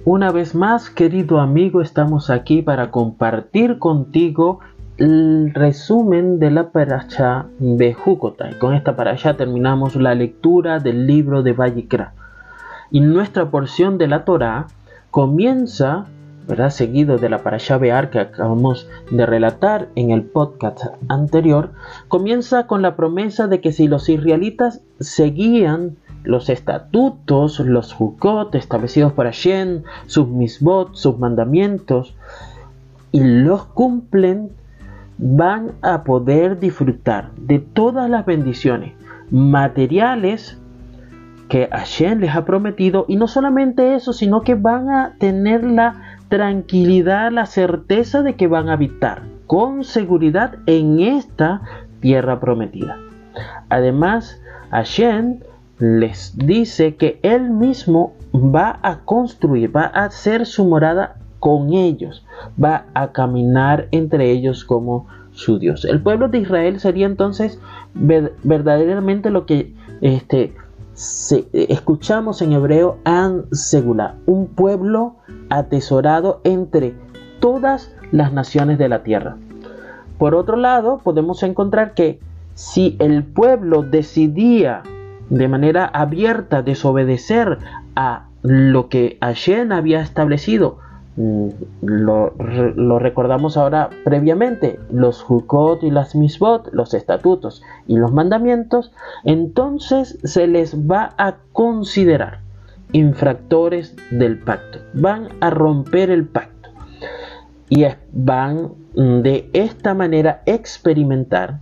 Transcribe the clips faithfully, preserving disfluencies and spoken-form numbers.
Una vez más, querido amigo, estamos aquí para compartir contigo el resumen de la parashá de Jukotá. Y con esta parashá terminamos la lectura del libro de Vayikra. Y nuestra porción de la Torá comienza, ¿verdad?, seguido de la parashá Be'ar que acabamos de relatar en el podcast anterior, comienza con la promesa de que si los israelitas seguían los estatutos, los Jukot establecidos por Hashem, sus misbot, sus mandamientos, y los cumplen, van a poder disfrutar de todas las bendiciones materiales que Hashem les ha prometido. Y no solamente eso, sino que van a tener la tranquilidad, la certeza de que van a habitar con seguridad en esta tierra prometida. Además, Hashem les dice que Él mismo va a construir, va a hacer su morada con ellos, va a caminar entre ellos como su Dios. El pueblo de Israel sería entonces ver, verdaderamente lo que este, se, escuchamos en hebreo, Am Segulá, un pueblo atesorado entre todas las naciones de la tierra. Por otro lado, podemos encontrar que si el pueblo decidía de manera abierta desobedecer a lo que Hashem había establecido, lo, lo recordamos ahora previamente, los Jukot y las Misbot, los estatutos y los mandamientos, entonces se les va a considerar infractores del pacto, van a romper el pacto y van de esta manera experimentar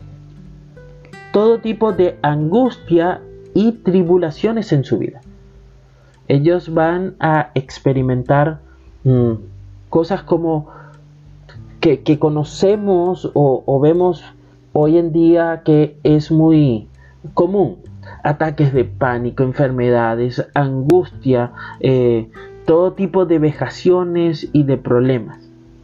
todo tipo de angustia y tribulaciones en su vida. Ellos van a experimentar mmm, cosas como que, que conocemos o, o vemos hoy en día que es muy común. Ataques de pánico, enfermedades, angustia, eh, todo tipo de vejaciones y de problemas.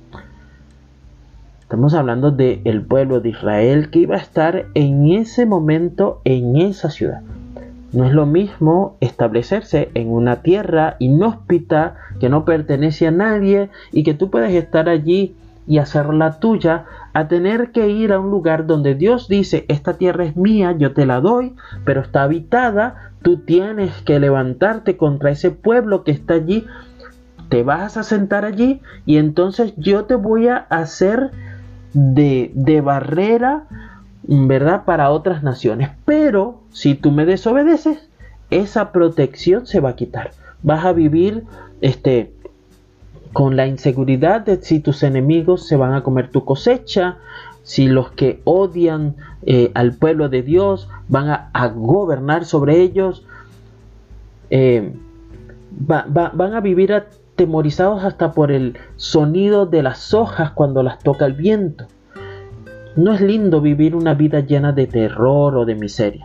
Estamos hablando del pueblo de Israel que iba a estar en ese momento en esa ciudad. No es lo mismo establecerse en una tierra inhóspita que no pertenece a nadie y que tú puedes estar allí y hacerla tuya, a tener que ir a un lugar donde Dios dice: esta tierra es mía, yo te la doy, pero está habitada, tú tienes que levantarte contra ese pueblo que está allí, te vas a sentar allí y entonces yo te voy a hacer De, de barrera, ¿verdad?, para otras naciones. Pero si tú me desobedeces, esa protección se va a quitar. Vas a vivir este, con la inseguridad de si tus enemigos se van a comer tu cosecha, si los que odian eh, al pueblo de Dios van a, a gobernar sobre ellos, eh, va, va, van a vivir a temorizados hasta por el sonido de las hojas cuando las toca el viento. No es lindo vivir una vida llena de terror o de miseria.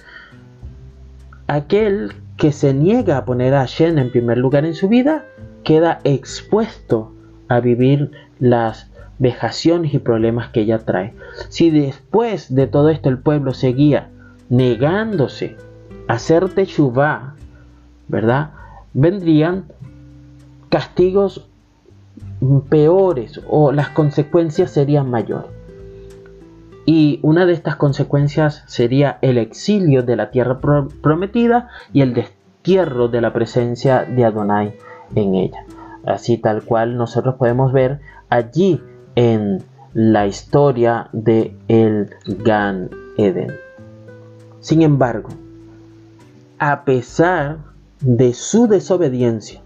Aquel que se niega a poner a Hashem en primer lugar en su vida queda expuesto a vivir las vejaciones y problemas que ella trae. Si después de todo esto el pueblo seguía negándose a hacer teshuvá, ¿verdad?, vendrían castigos peores o las consecuencias serían mayores. Y una de estas consecuencias sería el exilio de la tierra pro- prometida y el destierro de la presencia de Adonai en ella. Así tal cual nosotros podemos ver allí en la historia de el Gan Eden. Sin embargo, a pesar de su desobediencia,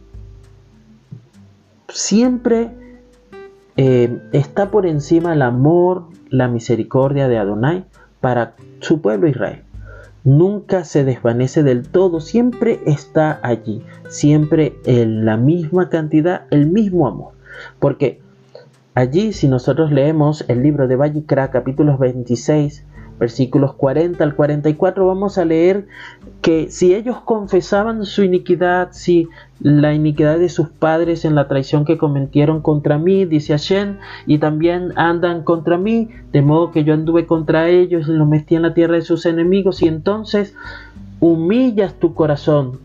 siempre eh, está por encima el amor, la misericordia de Adonai para su pueblo Israel. Nunca se desvanece del todo, siempre está allí, siempre en la misma cantidad, el mismo amor. Porque allí, si nosotros leemos el libro de Vayikra, capítulos veintiséis, versículos cuarenta al cuarenta y cuatro, vamos a leer que si ellos confesaban su iniquidad, si la iniquidad de sus padres en la traición que cometieron contra mí, dice Hashem, y también andan contra mí, de modo que yo anduve contra ellos y los metí en la tierra de sus enemigos, y entonces humillas tu corazón,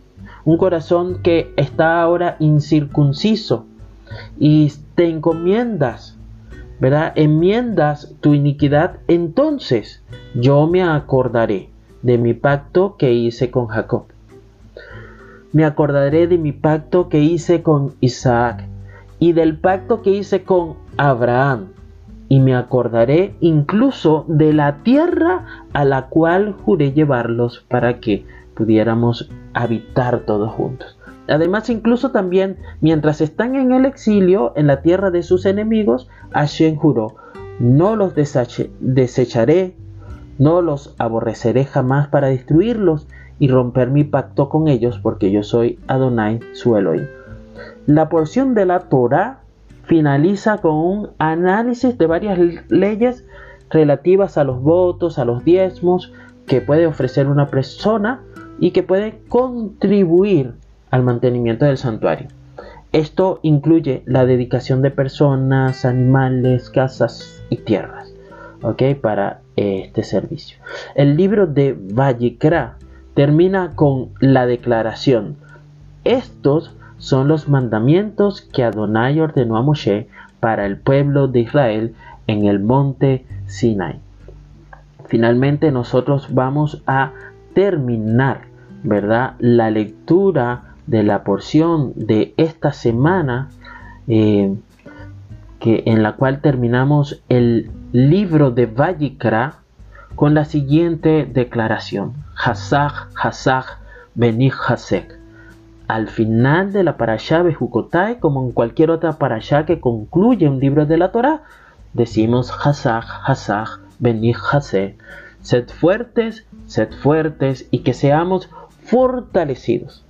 un corazón que está ahora incircunciso, y te encomiendas, ¿verdad? Enmiendas tu iniquidad, entonces yo me acordaré de mi pacto que hice con Jacob. Me acordaré de mi pacto que hice con Isaac y del pacto que hice con Abraham. Y me acordaré incluso de la tierra a la cual juré llevarlos para que pudiéramos habitar todos juntos. Además, incluso también, mientras están en el exilio, en la tierra de sus enemigos, Hashem juró: no los desecharé, no los aborreceré jamás para destruirlos y romper mi pacto con ellos, porque yo soy Adonai, su Elohim. La porción de la Torá finaliza con un análisis de varias leyes relativas a los votos, a los diezmos que puede ofrecer una persona y que puede contribuir al mantenimiento del santuario. Esto incluye la dedicación de personas, animales, casas y tierras, ¿ok? Para este servicio. El libro de Vayikra termina con la declaración: estos son los mandamientos que Adonai ordenó a Moshe para el pueblo de Israel en el monte Sinai. Finalmente nosotros vamos a terminar, ¿verdad?, la lectura de la porción de esta semana, eh, que, en la cual terminamos el libro de Vayikra con la siguiente declaración: Hasaj, Hasaj, Beni Hasek. Al final de la parashá Bejucotai, como en cualquier otra parashá que concluye un libro de la Torá, decimos Hasaj, Hasaj, Beni Hasek. Sed fuertes, sed fuertes y que seamos fortalecidos.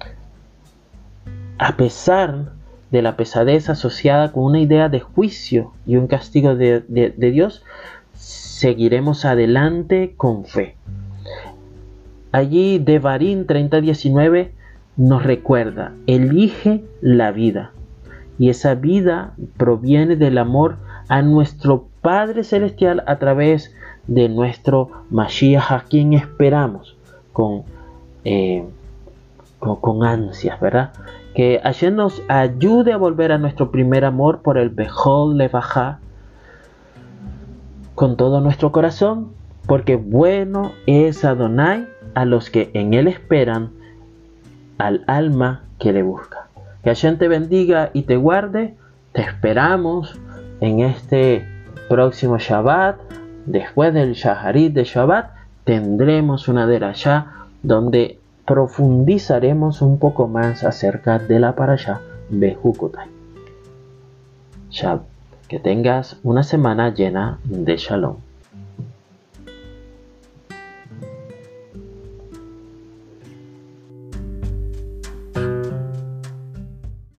A pesar de la pesadez asociada con una idea de juicio y un castigo de, de, de Dios, seguiremos adelante con fe. Allí Devarim treinta diecinueve nos recuerda: elige la vida, y esa vida proviene del amor a nuestro Padre Celestial a través de nuestro Mashiach, a quien esperamos con, eh, con, con ansias, ¿verdad? Que Hashem nos ayude a volver a nuestro primer amor por el Behol Levajá con todo nuestro corazón, porque bueno es Adonai a los que en él esperan, al alma que le busca. Que Hashem te bendiga y te guarde. Te esperamos en este próximo Shabbat. Después del Shaharit de Shabbat tendremos una derashá donde profundizaremos un poco más acerca de la parashá Bejucotai. Shabbat. Que tengas una semana llena de Shalom.